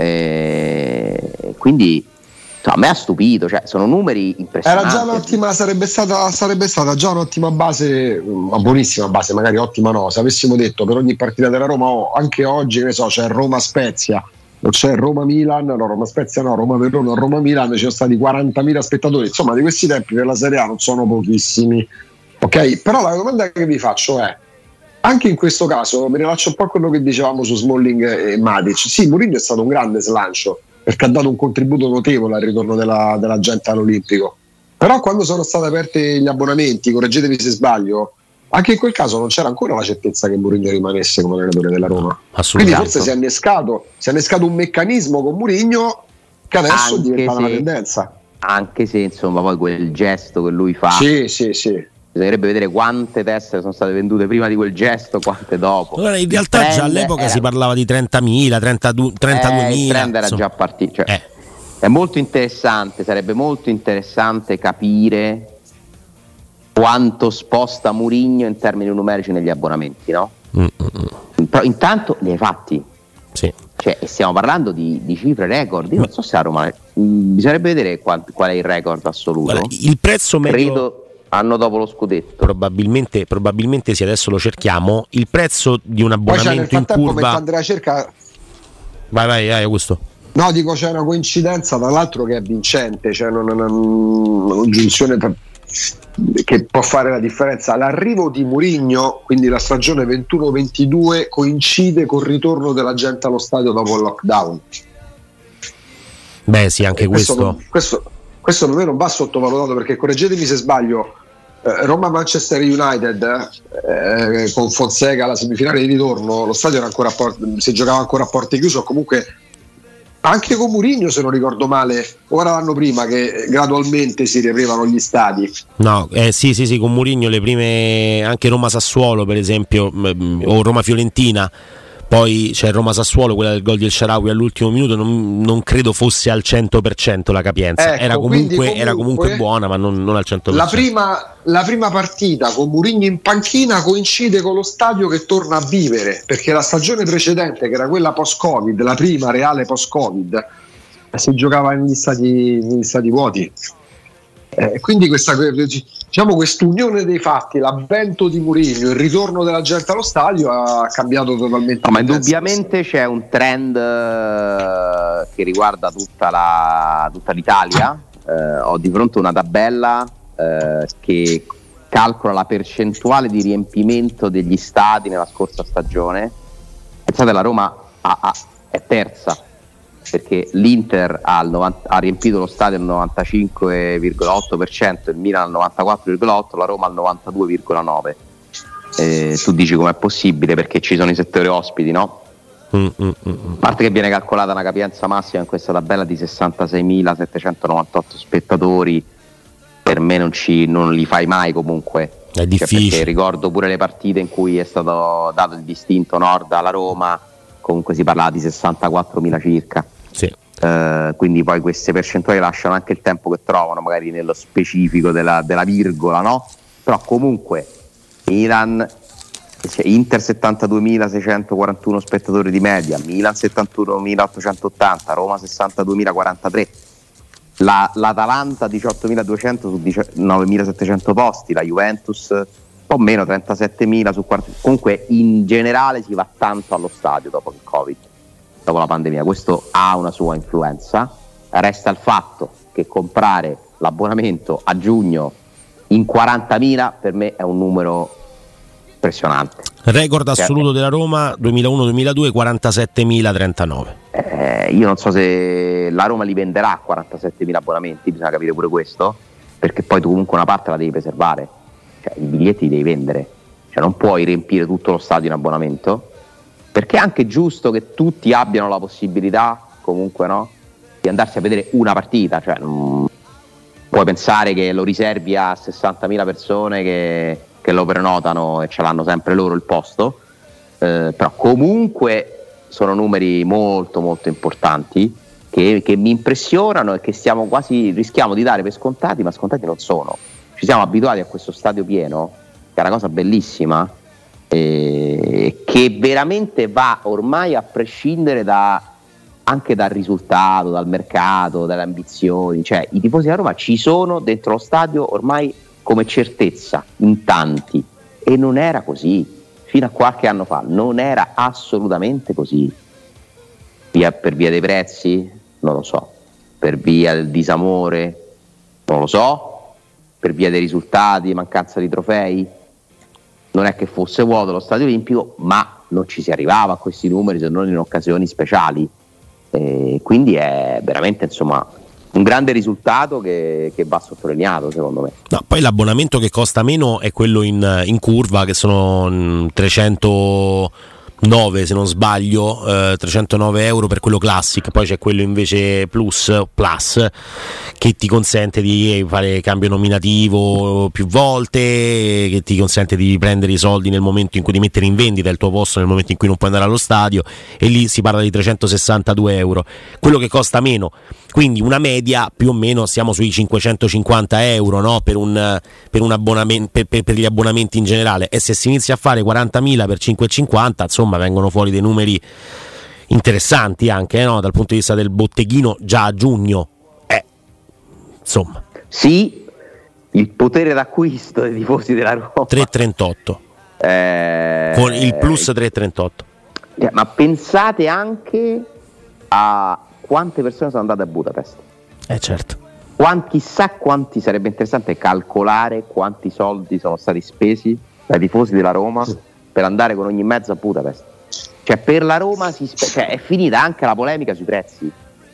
E quindi a me ha stupito, cioè sono numeri impressionanti. Era già un'ottima, sarebbe stata già un'ottima base, una buonissima base, magari ottima no, se avessimo detto per ogni partita della Roma, anche oggi, che ne so, c'è Roma-Spezia, non c'è Roma-Milan, no, Roma-Spezia no, Roma-Verona, Roma-Milan, ci sono stati 40.000 spettatori, insomma di questi tempi per la Serie A non sono pochissimi, ok? Però la domanda che vi faccio è, anche in questo caso mi rilascio un po' a quello che dicevamo su Smalling e Matic. Sì, Mourinho è stato un grande slancio perché ha dato un contributo notevole al ritorno della gente all'Olimpico, però quando sono stati aperti gli abbonamenti, correggetemi se sbaglio, anche in quel caso non c'era ancora la certezza che Mourinho rimanesse come allenatore della Roma. Quindi forse si è innescato un meccanismo con Mourinho che adesso diventa una tendenza. Anche se insomma poi quel gesto che lui fa, sì. Bisognerebbe vedere quante tessere sono state vendute prima di quel gesto, quante dopo. Allora, in realtà già all'epoca si parlava di 30.000, 32.000. Il trend era già partito. Cioè, è molto interessante, sarebbe molto interessante capire quanto sposta Mourinho in termini numerici negli abbonamenti, no? Però intanto li hai fatti. Sì. Cioè, stiamo parlando di cifre record. Io non so se a Roma bisognerebbe vedere qual è il record assoluto. Guarda, il prezzo medio, credo anno dopo lo scudetto, probabilmente sì, adesso lo cerchiamo. Il prezzo di un abbonamento in curva. Andrea cerca. Vai Augusto. No, dico, c'è una coincidenza tra l'altro che è vincente, cioè una giunzione che può fare la differenza. L'arrivo di Mourinho, quindi la stagione 21-22, coincide col ritorno della gente allo stadio dopo il lockdown. Beh sì, anche questo per me non va sottovalutato, perché correggetemi se sbaglio, Roma-Manchester United con Fonseca alla semifinale di ritorno, lo stadio era ancora si giocava ancora a porte chiuse, o comunque anche con Mourinho, se non ricordo male, ora l'anno prima che gradualmente si riaprivano gli stadi. No, sì, con Mourinho le prime, anche Roma-Sassuolo per esempio, o Roma-Fiorentina. Poi c'è Roma-Sassuolo, quella del gol di El Shaarawy all'ultimo minuto, non credo fosse al 100% la capienza. Ecco, era comunque buona, ma non al 100%. La prima partita con Mourinho in panchina coincide con lo stadio che torna a vivere, perché la stagione precedente, che era quella post-Covid, la prima reale post-Covid, si giocava negli stadi vuoti. Quindi quest'unione dei fatti, l'avvento di Mourinho, il ritorno della gente allo stadio ha cambiato totalmente. No, ma indubbiamente c'è un trend che riguarda tutta l'Italia. Ho di fronte una tabella che calcola la percentuale di riempimento degli stadi nella scorsa stagione. Pensate, la Roma è terza, perché l'Inter ha riempito lo stadio al 95,8%, il Milan al 94,8%, la Roma al 92,9%. Tu dici com'è possibile, perché ci sono i settori ospiti, no? A parte che viene calcolata una capienza massima in questa tabella di 66.798 spettatori, per me non li fai mai comunque. È difficile. Perché ricordo pure le partite in cui è stato dato il distinto nord alla Roma, comunque si parlava di 64.000 circa. Sì. Quindi poi queste percentuali lasciano anche il tempo che trovano magari nello specifico della virgola, no? Però comunque Inter 72.641 spettatori di media, Milan 71.880, Roma 62.043, l'Atalanta 18.200 su 19.700 posti, la Juventus un po' meno, 37.000 su 40. Comunque in generale si va tanto allo stadio dopo il Covid, dopo la pandemia. Questo ha una sua influenza. Resta il fatto che comprare l'abbonamento a giugno in 40.000 per me è un numero impressionante. Record assoluto della Roma 2001-2002 47.039. Io non so se la Roma li venderà a 47.000 abbonamenti, bisogna capire pure questo, perché poi tu comunque una parte la devi preservare, cioè i biglietti li devi vendere, cioè non puoi riempire tutto lo stadio in abbonamento, perché è anche giusto che tutti abbiano la possibilità comunque, no, di andarsi a vedere una partita, cioè non puoi pensare che lo riservi a 60.000 persone che lo prenotano e ce l'hanno sempre loro il posto, però comunque sono numeri molto molto importanti che mi impressionano e che rischiamo di dare per scontati, ma scontati non sono. Ci siamo abituati a questo stadio pieno, che è una cosa bellissima, che veramente va ormai a prescindere anche dal risultato, dal mercato, dalle ambizioni, cioè i tifosi della Roma ci sono dentro lo stadio ormai come certezza in tanti, e non era così fino a qualche anno fa, non era assolutamente così. Per via dei prezzi? Non lo so. Per via del disamore? Non lo so. Per via dei risultati, mancanza di trofei? Non è che fosse vuoto lo stadio olimpico, ma non ci si arrivava a questi numeri se non in occasioni speciali, quindi è veramente, insomma, un grande risultato che va sottolineato, secondo me. No, poi l'abbonamento che costa meno è quello in curva, che sono 309, se non sbaglio, 309 euro per quello classic. Poi c'è quello invece plus, che ti consente di fare cambio nominativo più volte, che ti consente di prendere i soldi nel momento in cui, di mettere in vendita il tuo posto nel momento in cui non puoi andare allo stadio, e lì si parla di 362 euro, quello che costa meno. Quindi una media più o meno siamo sui 550 euro, no? per un abbonamento, per gli abbonamenti in generale, e se si inizia a fare 40.000 per 5,50, insomma vengono fuori dei numeri interessanti anche, no? Dal punto di vista del botteghino già a giugno, insomma. Sì, il potere d'acquisto dei tifosi della Roma 3,38 con il plus 3,38. Ma pensate anche a quante persone sono andate a Budapest. Certo. Chissà quanti, sarebbe interessante calcolare quanti soldi sono stati spesi dai tifosi della Roma per andare con ogni mezzo a Budapest. Cioè per la Roma è finita anche la polemica sui prezzi.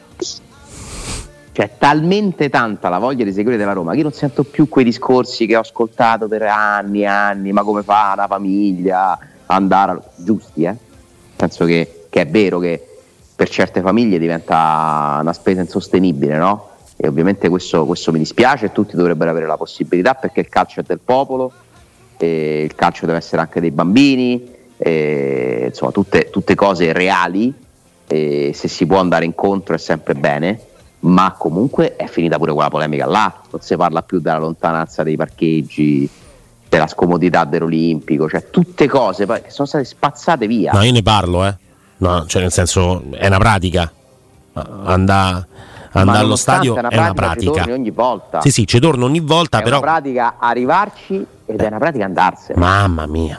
Cioè talmente tanta la voglia di seguire della Roma che io non sento più quei discorsi che ho ascoltato per anni e anni, ma come fa una famiglia andare giusti, penso che è vero che per certe famiglie diventa una spesa insostenibile, no? E ovviamente questo mi dispiace, e tutti dovrebbero avere la possibilità, perché il calcio è del popolo, e il calcio deve essere anche dei bambini, insomma tutte cose reali, e se si può andare incontro è sempre bene, ma comunque è finita pure quella polemica là, non si parla più della lontananza dei parcheggi, della scomodità dell'Olimpico, cioè tutte cose che sono state spazzate via. No, io ne parlo, no, cioè nel senso è una pratica, andare allo stadio è una pratica. Ci torni ogni volta. Sì, ci torno ogni volta, però è una pratica arrivarci ed è una pratica andarsene. Mamma mia.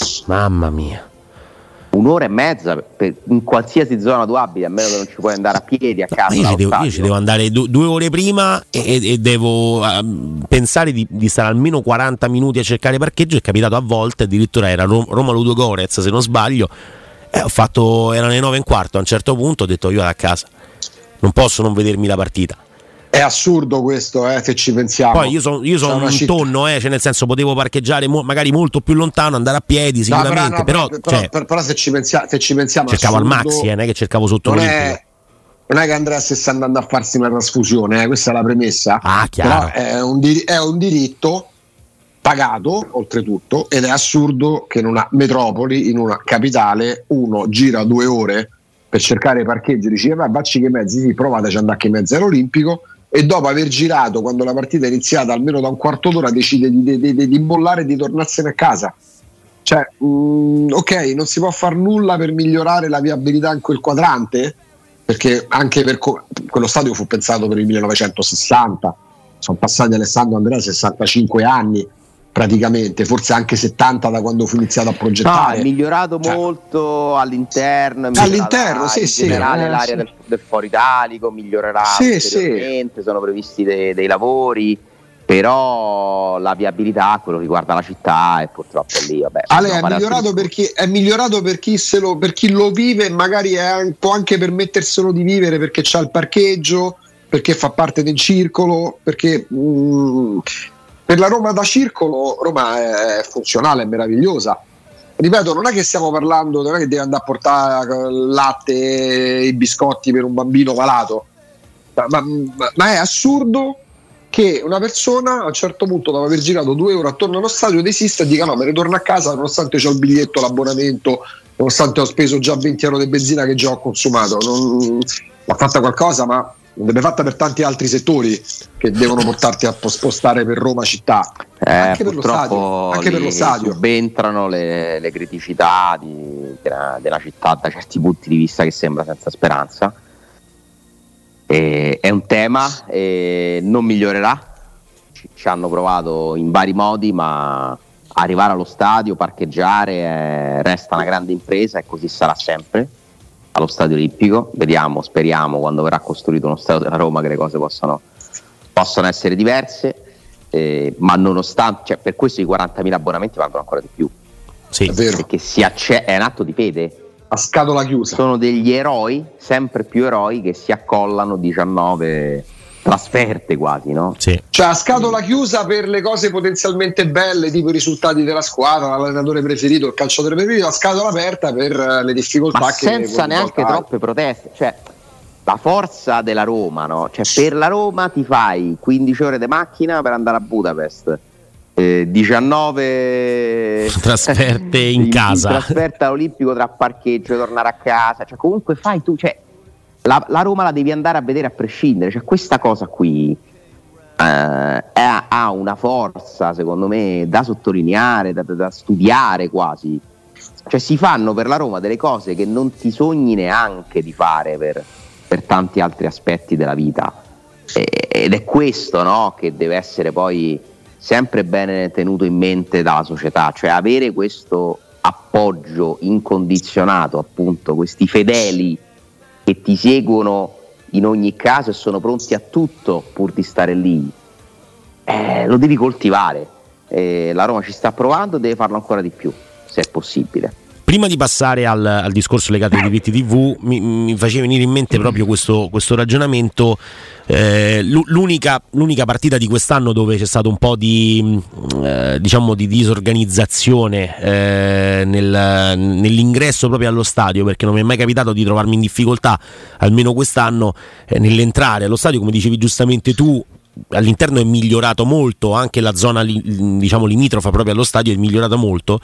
1 ora e mezza in qualsiasi zona tu abiti, a meno che non ci puoi andare a piedi a casa. Io ci devo andare 2 ore prima e devo pensare di stare almeno 40 minuti a cercare parcheggio. È capitato a volte, addirittura era Roma Ludo Gorez, se non sbaglio, erano le 9:15, a un certo punto ho detto io vado a casa, non posso non vedermi la partita. È assurdo questo, se ci pensiamo. Poi io sono un tonno, cioè nel senso potevo parcheggiare magari molto più lontano, andare a piedi sicuramente, però se ci pensiamo cercavo al maxi, non è che cercavo sotto l'Olimpico. Non è che Andrea si sta andando a farsi una trasfusione, questa è la premessa. Chiaro. Però è un diritto pagato oltretutto, ed è assurdo che in una metropoli, in una capitale, uno gira 2 ore per cercare parcheggio, dice vacci che mezzi, sì, provateci ad andare che mezzi all'Olimpico, e dopo aver girato, quando la partita è iniziata almeno da un quarto d'ora, decide di bollare e di tornarsene a casa. Cioè, ok, non si può far nulla per migliorare la viabilità in quel quadrante, perché anche quello stadio fu pensato per il 1960, sono passati, Alessandro Andrea, 65 anni praticamente, forse anche 70 da quando fu iniziato a progettare. No, è migliorato molto all'interno, sì, in generale l'area del Foro Italico migliorerà ulteriormente, sono previsti dei lavori, però la viabilità, quello che riguarda la città, è purtroppo lì. Vabbè, è migliorato per chi lo vive, magari può anche permetterselo di vivere perché c'ha il parcheggio, perché fa parte del circolo, perché per la Roma da circolo, Roma è funzionale, è meravigliosa. Ripeto, non è che stiamo parlando, non è che deve andare a portare latte e i biscotti per un bambino malato, ma è assurdo che una persona a un certo punto, dopo aver girato 2 ore attorno allo stadio, desista e dica no, me ne torno a casa nonostante c'ho il biglietto, l'abbonamento, nonostante ho speso già 20 euro di benzina che già ho consumato. Va fatta qualcosa, ma non deve fatta per tanti altri settori che devono portarti a spostare per Roma città, anche per lo stadio, anche per lo stadio subentrano le criticità della città da certi punti di vista che sembra senza speranza. È un tema, non migliorerà, ci hanno provato in vari modi, ma arrivare allo stadio, parcheggiare resta una grande impresa, e così sarà sempre allo Stadio Olimpico. Vediamo, speriamo quando verrà costruito uno stadio della Roma che le cose possano essere diverse, ma nonostante, cioè, per questo i 40.000 abbonamenti valgono ancora di più. Sì, è vero, perché è un atto di fede. A scatola chiusa. Sono degli eroi, sempre più eroi, che si accollano 19 trasferte quasi, no? Sì. Cioè a scatola chiusa per le cose potenzialmente belle, tipo i risultati della squadra, l'allenatore preferito, il calciatore preferito, a scatola aperta per le difficoltà, ma che senza neanche troppe proteste. Cioè, la forza della Roma, no? Cioè, per la Roma ti fai 15 ore di macchina per andare a Budapest, 19 trasferte in casa, trasferta all'Olimpico tra parcheggio, tornare a casa, cioè comunque fai tu, cioè la Roma la devi andare a vedere a prescindere, cioè questa cosa qui ha una forza secondo me da sottolineare, da studiare quasi, cioè si fanno per la Roma delle cose che non ti sogni neanche di fare per tanti altri aspetti della vita, ed è questo, no, che deve essere poi sempre bene tenuto in mente dalla società, cioè avere questo appoggio incondizionato, appunto, questi fedeli che ti seguono in ogni caso e sono pronti a tutto pur di stare lì, lo devi coltivare. La Roma ci sta provando, deve farlo ancora di più, se è possibile. Prima di passare al discorso legato ai diritti TV, mi faceva venire in mente proprio questo ragionamento. L'unica partita di quest'anno dove c'è stato un po' di disorganizzazione nell'ingresso proprio allo stadio, perché non mi è mai capitato di trovarmi in difficoltà, almeno quest'anno, nell'entrare allo stadio. Come dicevi giustamente tu, all'interno è migliorato molto, anche la zona limitrofa proprio allo stadio è migliorata molto,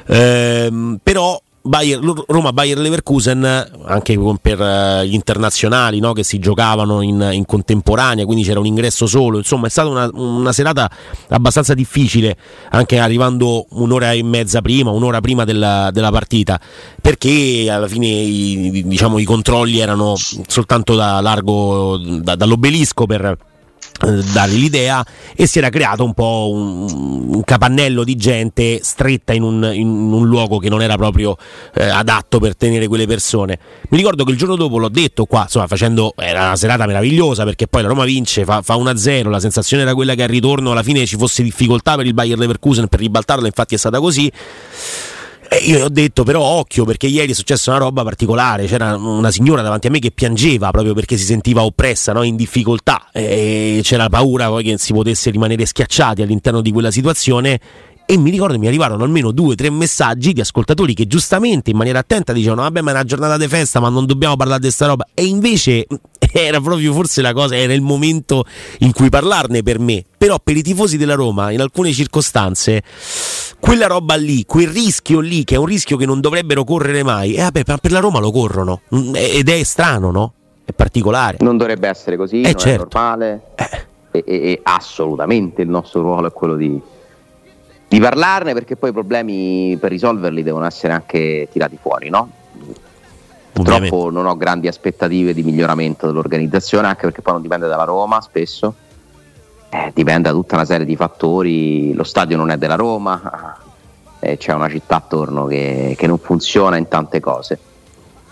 però Roma-Bayer Leverkusen, anche per gli internazionali, no, che si giocavano in contemporanea, quindi c'era un ingresso solo, insomma è stata una serata abbastanza difficile, anche arrivando un'ora e mezza prima, un'ora prima della partita, perché alla fine i controlli erano soltanto da largo dall'obelisco per dare l'idea, e si era creato un po' un capannello di gente stretta in un luogo che non era proprio adatto per tenere quelle persone. Mi ricordo che il giorno dopo l'ho detto qua, insomma, era una serata meravigliosa, perché poi la Roma vince, fa 1-0, la sensazione era quella che al ritorno alla fine ci fosse difficoltà per il Bayer Leverkusen per ribaltarla, infatti è stata così. Io ho detto però occhio, perché ieri è successa una roba particolare, c'era una signora davanti a me che piangeva proprio perché si sentiva oppressa, no? In difficoltà, e c'era paura poi che si potesse rimanere schiacciati all'interno di quella situazione. E mi ricordo mi arrivarono almeno 2-3 messaggi di ascoltatori che giustamente in maniera attenta dicevano vabbè, ma è una giornata di festa, ma non dobbiamo parlare di sta roba, e invece era proprio forse la cosa, era il momento in cui parlarne per me. Però per i tifosi della Roma in alcune circostanze quella roba lì, quel rischio lì, che è un rischio che non dovrebbero correre mai, vabbè, ma per la Roma lo corrono, ed è strano, no? È particolare. Non dovrebbe essere così, non certo. È normale, e assolutamente il nostro ruolo è quello di parlarne, perché poi i problemi per risolverli devono essere anche tirati fuori, no? Purtroppo non ho grandi aspettative di miglioramento dell'organizzazione, anche perché poi non dipende dalla Roma spesso, dipende da tutta una serie di fattori. Lo stadio non è della Roma, c'è una città attorno che non funziona in tante cose,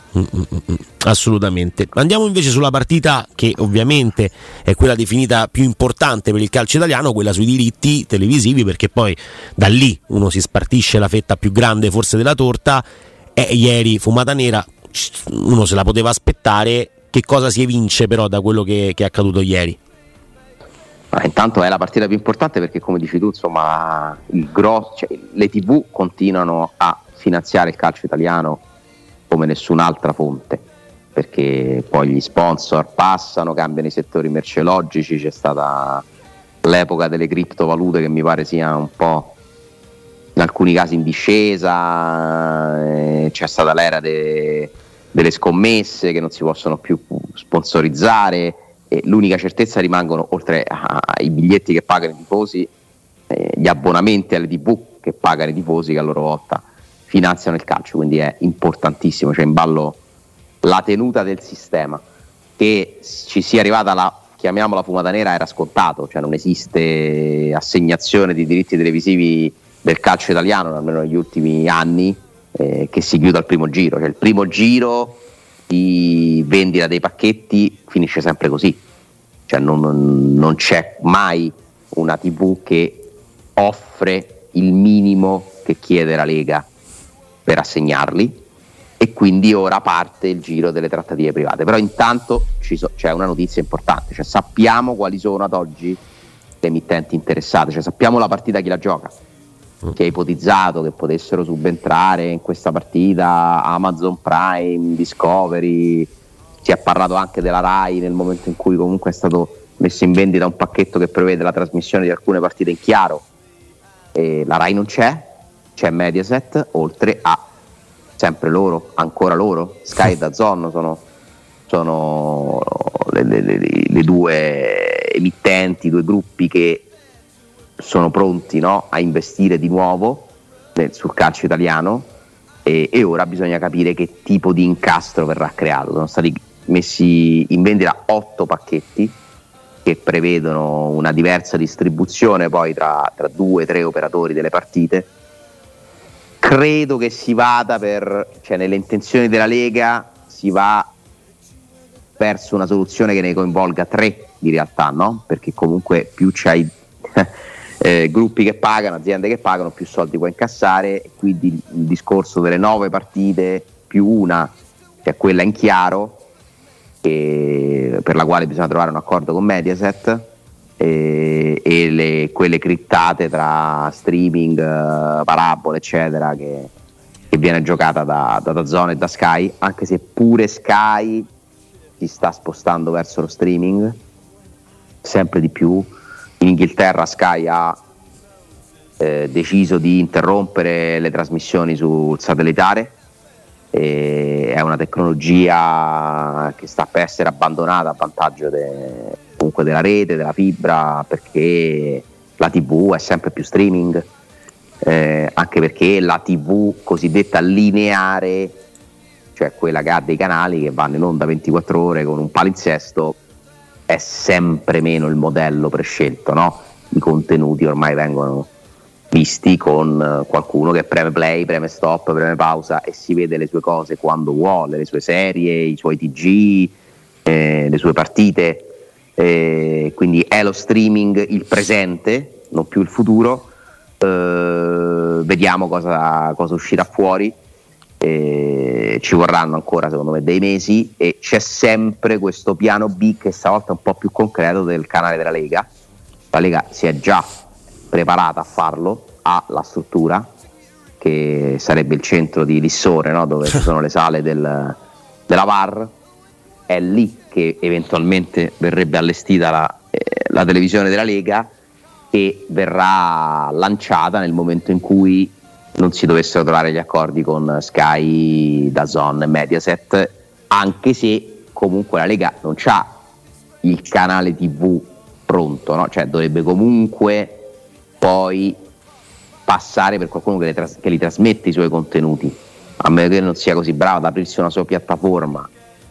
Assolutamente. Andiamo invece sulla partita che ovviamente è quella definita più importante per il calcio italiano, quella sui diritti televisivi, perché poi da lì uno si spartisce la fetta più grande forse della torta. Ieri fumata nera, uno se la poteva aspettare. Che cosa si evince però da quello che è accaduto ieri? Intanto è la partita più importante perché, come dici tu, insomma, le TV continuano a finanziare il calcio italiano come nessun'altra fonte, perché poi gli sponsor passano, cambiano i settori merceologici, c'è stata l'epoca delle criptovalute che mi pare sia un po' in alcuni casi in discesa, c'è stata l'era delle scommesse che non si possono più sponsorizzare, e l'unica certezza rimangono, oltre ai biglietti che pagano i tifosi, gli abbonamenti alle TV che pagano i tifosi, che a loro volta finanziano il calcio, quindi è importantissimo, cioè in ballo la tenuta del sistema. Che ci sia arrivata chiamiamola fumata nera era scontato, cioè non esiste assegnazione di diritti televisivi del calcio italiano, almeno negli ultimi anni, che si chiuda al primo giro, cioè il primo giro di vendita dei pacchetti finisce sempre così, cioè non c'è mai una TV che offre il minimo che chiede la Lega per assegnarli, e quindi ora parte il giro delle trattative private. Però intanto c'è una notizia importante, cioè sappiamo quali sono ad oggi le emittenti interessate, cioè sappiamo la partita chi la gioca, che è ipotizzato che potessero subentrare in questa partita Amazon Prime, Discovery, si è parlato anche della Rai nel momento in cui comunque è stato messo in vendita un pacchetto che prevede la trasmissione di alcune partite in chiaro, e la Rai non c'è Mediaset, oltre a sempre loro, ancora loro, Sky e DAZN sono le due emittenti, due gruppi che sono pronti, no, a investire di nuovo sul calcio italiano, e ora bisogna capire che tipo di incastro verrà creato. Sono stati messi in vendita 8 pacchetti che prevedono una diversa distribuzione poi tra 2-3 operatori delle partite. Credo che si vada nelle intenzioni della Lega si va verso una soluzione che ne coinvolga 3 in realtà, no? Perché comunque più c'hai gruppi che pagano, aziende che pagano, più soldi puoi incassare, e quindi il discorso delle 9 partite più una, cioè quella in chiaro, per la quale bisogna trovare un accordo con Mediaset, e quelle criptate tra streaming, parabole eccetera, che viene giocata da DAZN e da Sky, anche se pure Sky si sta spostando verso lo streaming sempre di più. In Inghilterra Sky ha deciso di interrompere le trasmissioni sul satellitare, è una tecnologia che sta per essere abbandonata a vantaggio comunque della rete, della fibra, perché la TV è sempre più streaming, anche perché la TV cosiddetta lineare, cioè quella che ha dei canali che vanno in onda 24 ore con un palinsesto, è sempre meno il modello prescelto, no? I contenuti ormai vengono visti con qualcuno che preme play, preme stop, preme pausa e si vede le sue cose quando vuole, le sue serie, i suoi TG, le sue partite, quindi è lo streaming il presente, non più il futuro. Vediamo cosa uscirà fuori, ci vorranno ancora secondo me dei mesi, e c'è sempre questo piano B che stavolta è un po' più concreto del canale della Lega. La Lega si è già preparata a farlo, ha la struttura che sarebbe il centro di Lissore, no? Dove ci sono le sale della VAR, è lì che eventualmente verrebbe allestita la televisione della Lega, che verrà lanciata nel momento in cui non si dovessero trovare gli accordi con Sky, DAZN e Mediaset, anche se comunque la Lega non c'ha il canale TV pronto, no? Cioè dovrebbe comunque poi passare per qualcuno che li trasmette i suoi contenuti, a meno che non sia così bravo ad aprirsi una sua piattaforma,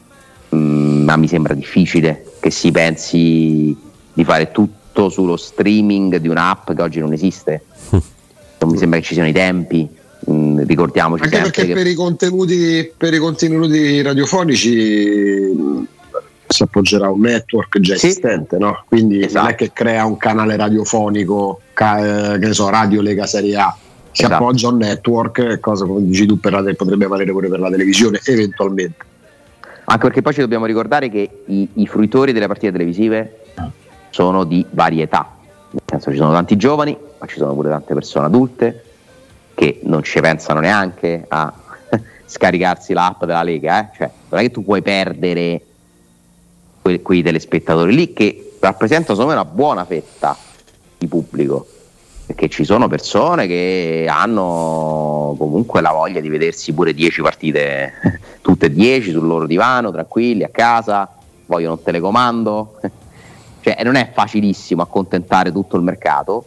ma mi sembra difficile che si pensi di fare tutto sullo streaming di un'app che oggi non esiste. Non mi sembra che ci siano i tempi, ricordiamoci anche sempre perché che per i contenuti radiofonici si appoggerà a un network già esistente, no? Quindi esatto. Non è che crea un canale radiofonico, che ne so, Radio Lega Serie A, si Esatto. appoggia a un network, cosa come dici tu potrebbe valere pure per la televisione eventualmente. Anche perché poi ci dobbiamo ricordare che i fruitori delle partite televisive sono di varietà, nel senso ci sono tanti giovani, ma ci sono pure tante persone adulte che non ci pensano neanche a scaricarsi l'app della Lega, cioè non è che tu puoi perdere quei telespettatori lì che rappresentano secondo me una buona fetta di pubblico, perché ci sono persone che hanno comunque la voglia di vedersi pure 10 partite tutte e 10 sul loro divano, tranquilli, a casa, vogliono un telecomando, cioè non è facilissimo accontentare tutto il mercato.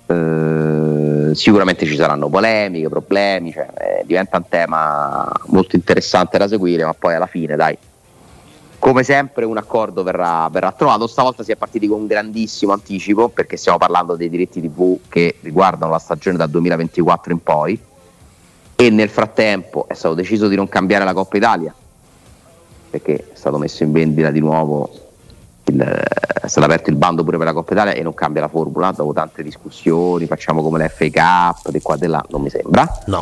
Sicuramente ci saranno polemiche, problemi, cioè, diventa un tema molto interessante da seguire, ma poi alla fine dai, come sempre un accordo verrà trovato. Stavolta si è partiti con un grandissimo anticipo, perché stiamo parlando dei diritti TV che riguardano la stagione dal 2024 in poi, e nel frattempo è stato deciso di non cambiare la Coppa Italia, perché è stato messo in vendita di nuovo, è stato aperto il bando pure per la Coppa Italia e non cambia la formula dopo tante discussioni, facciamo come la FA Cup, di qua e di là, non mi sembra. No.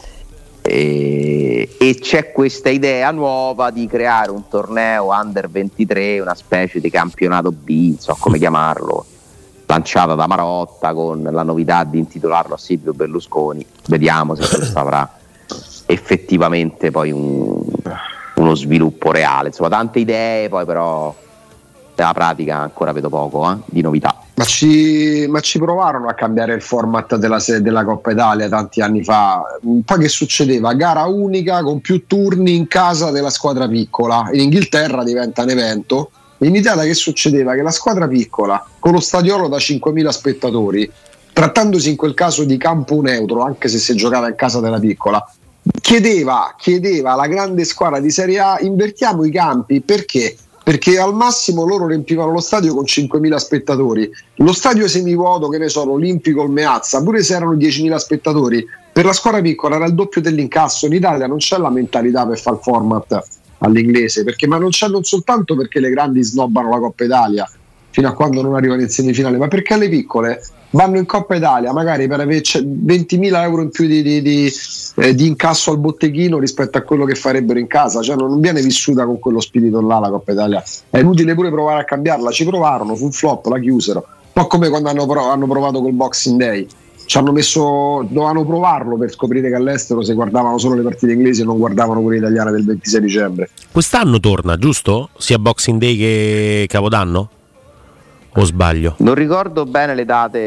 E c'è questa idea nuova di creare un torneo under 23, una specie di campionato B, non so come chiamarlo, lanciata da Marotta con la novità di intitolarlo a Silvio Berlusconi. Vediamo se questo avrà effettivamente poi uno sviluppo reale, insomma tante idee, poi però nella pratica ancora vedo poco di novità. Ma ci provarono a cambiare il format della Coppa Italia tanti anni fa. Poi che succedeva? Gara unica con più turni in casa della squadra piccola. In Inghilterra diventa un evento. In Italia che succedeva? Che la squadra piccola, con lo stadiolo da 5.000 spettatori, trattandosi in quel caso di campo neutro, anche se si giocava in casa della piccola, chiedeva alla grande squadra di Serie A: invertiamo i campi. Perché al massimo loro riempivano lo stadio con 5.000 spettatori. Lo stadio semivuoto, che ne so, l'Olimpico, il Meazza, pure se erano 10.000 spettatori, per la squadra piccola era il doppio dell'incasso. In Italia non c'è la mentalità per fare il format all'inglese, ma non soltanto perché le grandi snobbano la Coppa Italia fino a quando non arrivano in semifinale, ma perché le piccole vanno in Coppa Italia magari per avere 20.000 euro in più di incasso al botteghino rispetto a quello che farebbero in casa. Cioè non viene vissuta con quello spirito là la Coppa Italia. È inutile pure provare a cambiarla. Ci provarono, fu un flop, la chiusero, un po' come quando hanno provato col Boxing Day. Dovevano provarlo per scoprire che all'estero si guardavano solo le partite inglesi e non guardavano quelle italiane del 26 dicembre. Quest'anno torna, giusto? Sia Boxing Day che Capodanno? O sbaglio? Non ricordo bene le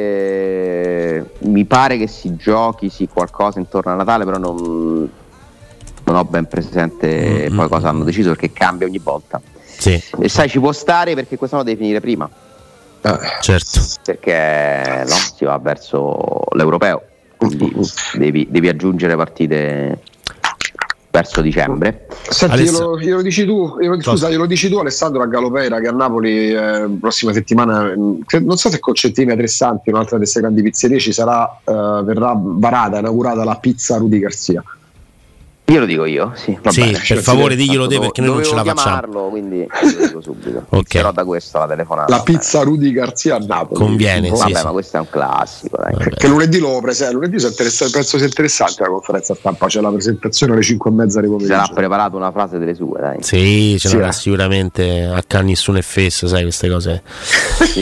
date, mi pare che si giochi qualcosa intorno a Natale, però non ho ben presente poi cosa hanno deciso, perché cambia ogni volta. Sì. E sai, ci può stare perché quest'anno devi finire prima. Certo. Perché no, si va verso l'europeo, quindi devi aggiungere partite verso dicembre. Senti, glielo dici tu Alessandro, a Galopeira, che a Napoli prossima settimana, non so se con Centini Tressanti, un'altra delle grandi pizzerie, ci sarà, verrà inaugurata la pizza Rudy Garcia. Io lo dico io, sì. Va sì, bene, per favore diglielo te, perché noi non ce la facciamo. Quindi lo dico subito. Okay. Però da questo la telefonata. La pizza Rudy Garcia a Napoli. Conviene, sì, vabbè, sì. Ma questo è un classico, dai. Che lunedì lo presenta, lunedì penso sia interessante la conferenza stampa, c'è la presentazione alle 5:30 di pomeriggio. Sarà preparato una frase delle sue, dai. Sì, ce n'era sicuramente a canni su FS, sai, queste cose. Sì.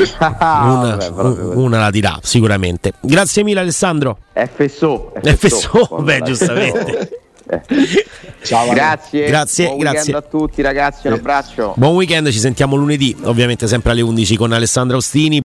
una la dirà sicuramente. Grazie mille Alessandro. FSO, beh, giustamente. Ciao, grazie. Buon grazie weekend a tutti ragazzi, un abbraccio. Buon weekend, ci sentiamo lunedì, ovviamente sempre alle 11 con Alessandro Austini.